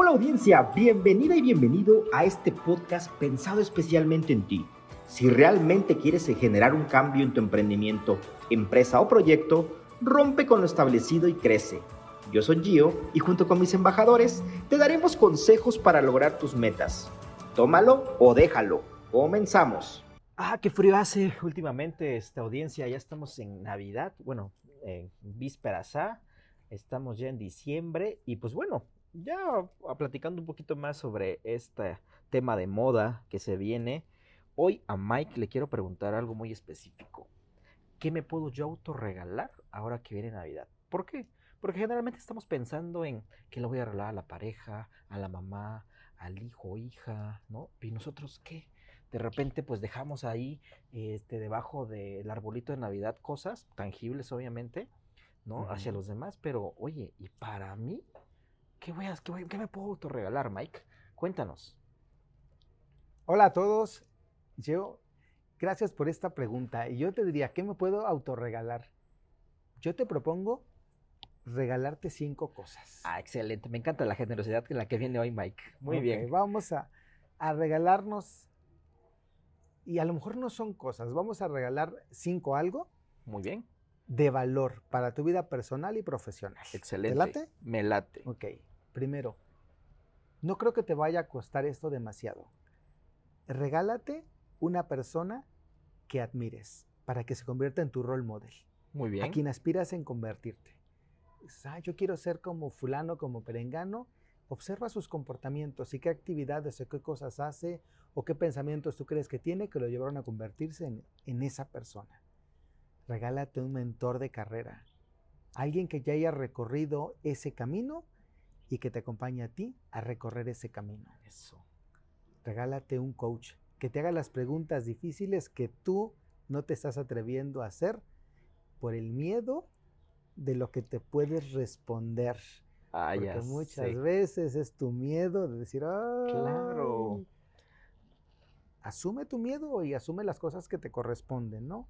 Hola audiencia, bienvenida y bienvenido a este podcast pensado especialmente en ti. Si realmente quieres generar un cambio en tu emprendimiento, empresa o proyecto, rompe con lo establecido y crece. Yo soy Gio y junto con mis embajadores te daremos consejos para lograr tus metas. Tómalo o déjalo. Comenzamos. Qué frío hace últimamente esta audiencia. Ya estamos en Navidad, bueno, en vísperas estamos ya en diciembre y pues bueno, ya platicando un poquito más sobre este tema de moda que se viene. Hoy a Mike le quiero preguntar algo muy específico. ¿Qué me puedo yo autorregalar ahora que viene Navidad? ¿Por qué? Porque generalmente estamos pensando en que le voy a regalar a la pareja, a la mamá, al hijo o hija, ¿no? ¿Y nosotros qué? De repente pues dejamos ahí debajo del arbolito de Navidad cosas tangibles obviamente, ¿no? Hacia los demás, pero oye, ¿y para mí? ¿Qué me puedo autorregalar, Mike? Cuéntanos. Hola a todos, gracias por esta pregunta. Y yo te diría, ¿qué me puedo autorregalar? Yo te propongo regalarte 5 cosas. Excelente, me encanta la generosidad en la que viene hoy Mike. Muy bien. Vamos a regalarnos, y a lo mejor no son cosas, vamos a regalar 5 algo. Muy bien. De valor para tu vida personal y profesional. Excelente. ¿Te late? Me late. Ok, primero, no creo que te vaya a costar esto demasiado. Regálate una persona que admires para que se convierta en tu role model. Muy bien. A quien aspiras en convertirte. Yo quiero ser como fulano, como perengano. Observa sus comportamientos y qué actividades o qué cosas hace o qué pensamientos tú crees que tiene que lo llevaron a convertirse en esa persona. Regálate un mentor de carrera. Alguien que ya haya recorrido ese camino y que te acompañe a ti a recorrer ese camino. Eso. Regálate un coach que te haga las preguntas difíciles que tú no te estás atreviendo a hacer por el miedo de lo que te puedes responder. Porque muchas veces es tu miedo de decir, ¡ay! Claro. Asume tu miedo y asume las cosas que te corresponden, ¿no?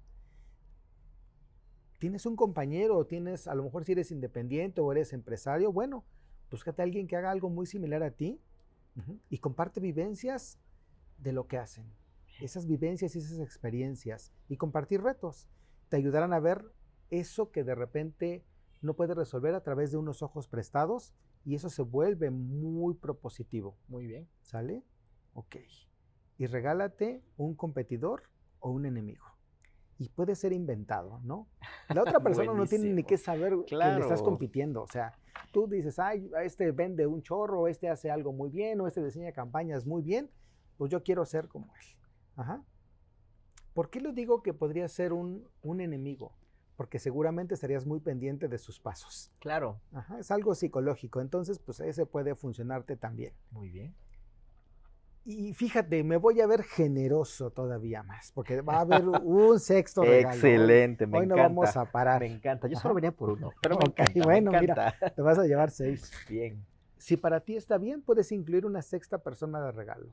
Tienes un compañero o tienes, a lo mejor si eres independiente o eres empresario, bueno, búscate a alguien que haga algo muy similar a ti y comparte vivencias de lo que hacen. Esas vivencias y esas experiencias y compartir retos te ayudarán a ver eso que de repente no puedes resolver a través de unos ojos prestados y eso se vuelve muy propositivo. Muy bien. ¿Sale? Ok. Y regálate un competidor o un enemigo. Y puede ser inventado, ¿no? La otra persona no tiene ni que saber que le estás compitiendo. O sea, tú dices, este vende un chorro, este hace algo muy bien, o este diseña campañas muy bien, pues yo quiero ser como él. Ajá. ¿Por qué lo digo que podría ser un enemigo? Porque seguramente estarías muy pendiente de sus pasos. Claro. Ajá, es algo psicológico, entonces pues ese puede funcionarte también. Muy bien. Y fíjate, me voy a ver generoso todavía más, porque va a haber un sexto regalo. Excelente, me encanta. Hoy no vamos a parar. Me encanta, yo solo venía por uno, pero me encanta. Bueno, mira, te vas a llevar 6. Bien. Si para ti está bien, puedes incluir una sexta persona de regalo.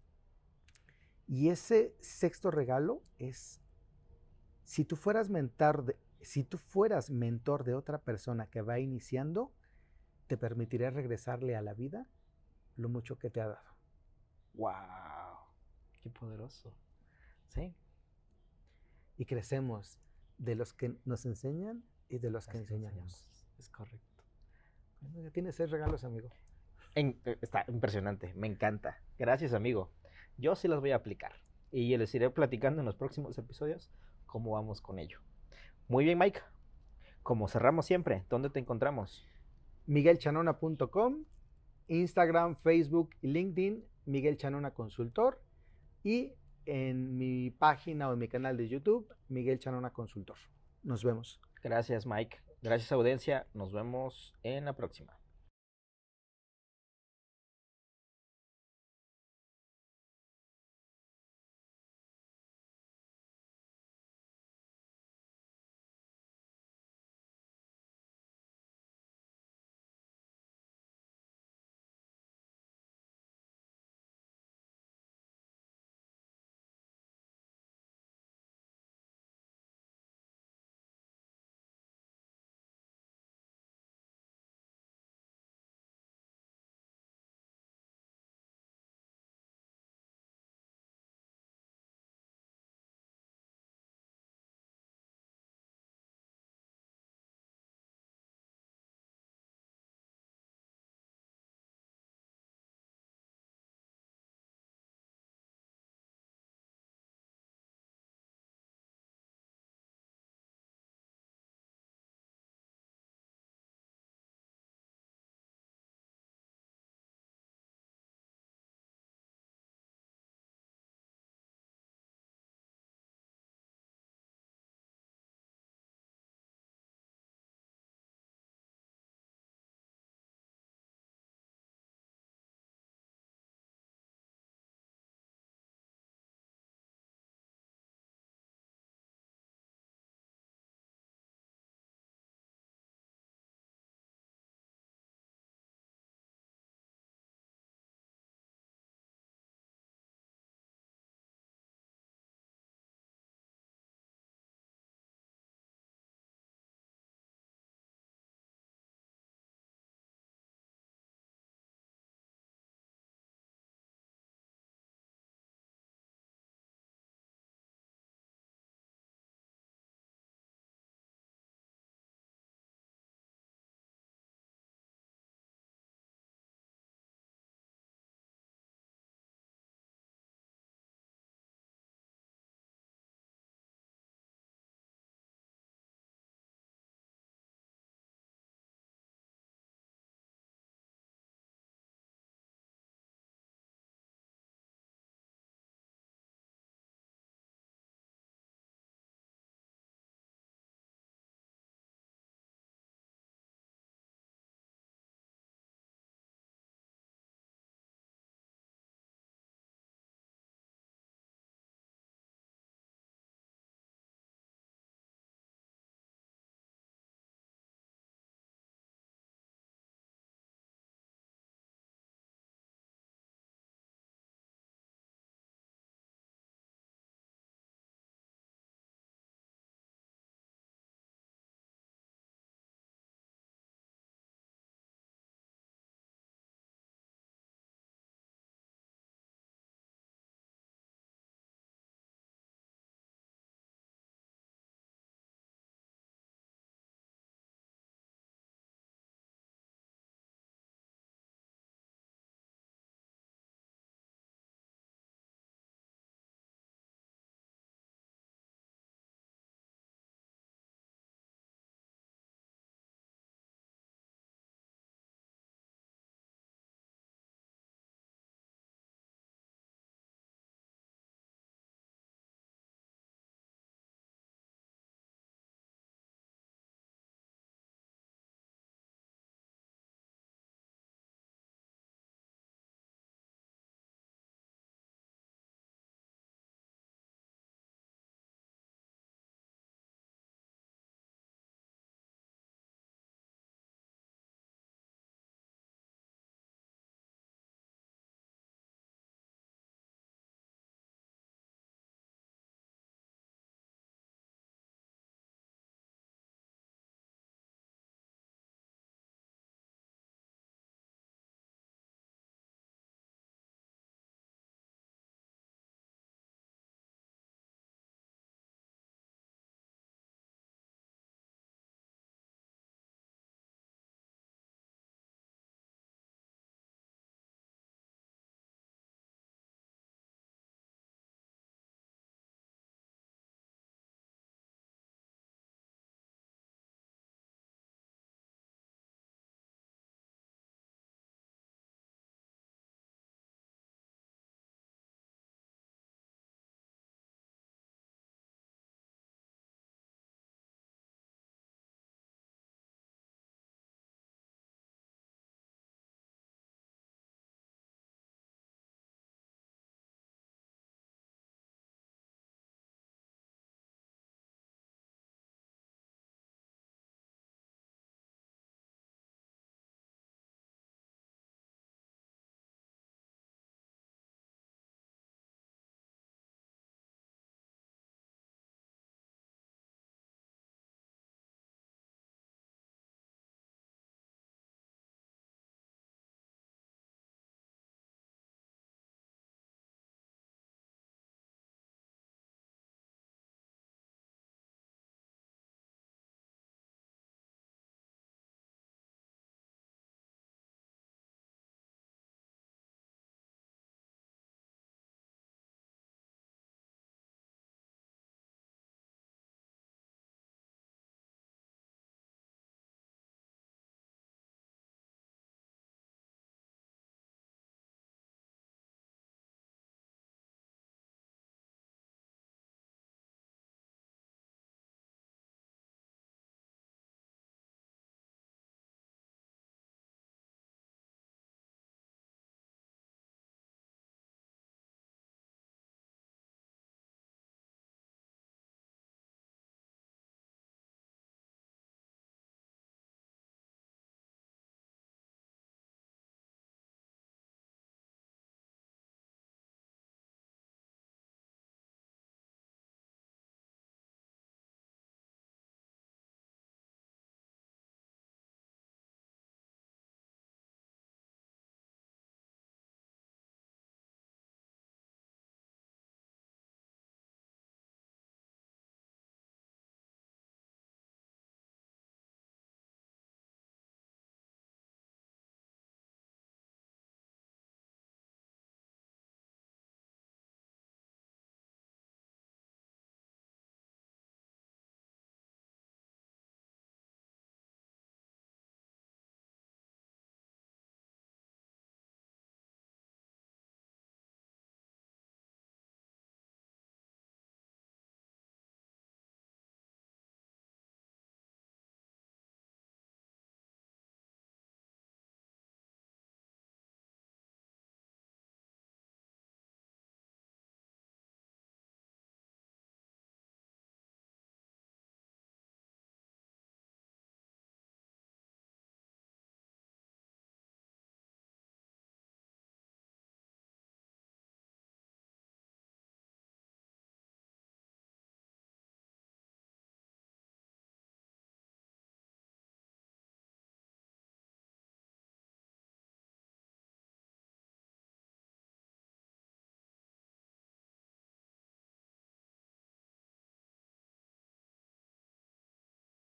Y ese sexto regalo es, si tú fueras mentor de otra persona que va iniciando, te permitiría regresarle a la vida lo mucho que te ha dado. ¡Wow! ¡Qué poderoso! Sí. Y crecemos de los que nos enseñan y de los que enseñamos. Es correcto. Bueno, ya tienes 6 regalos, amigo. Está impresionante, me encanta. Gracias, amigo. Yo sí las voy a aplicar. Y les iré platicando en los próximos episodios cómo vamos con ello. Muy bien, Mike. Como cerramos siempre, ¿dónde te encontramos? miguelchanona.com, Instagram, Facebook y LinkedIn, Miguel Chanona Consultor, y en mi página o en mi canal de YouTube, Miguel Chanona Consultor. Nos vemos. Gracias, Mike. Gracias, audiencia. Nos vemos en la próxima.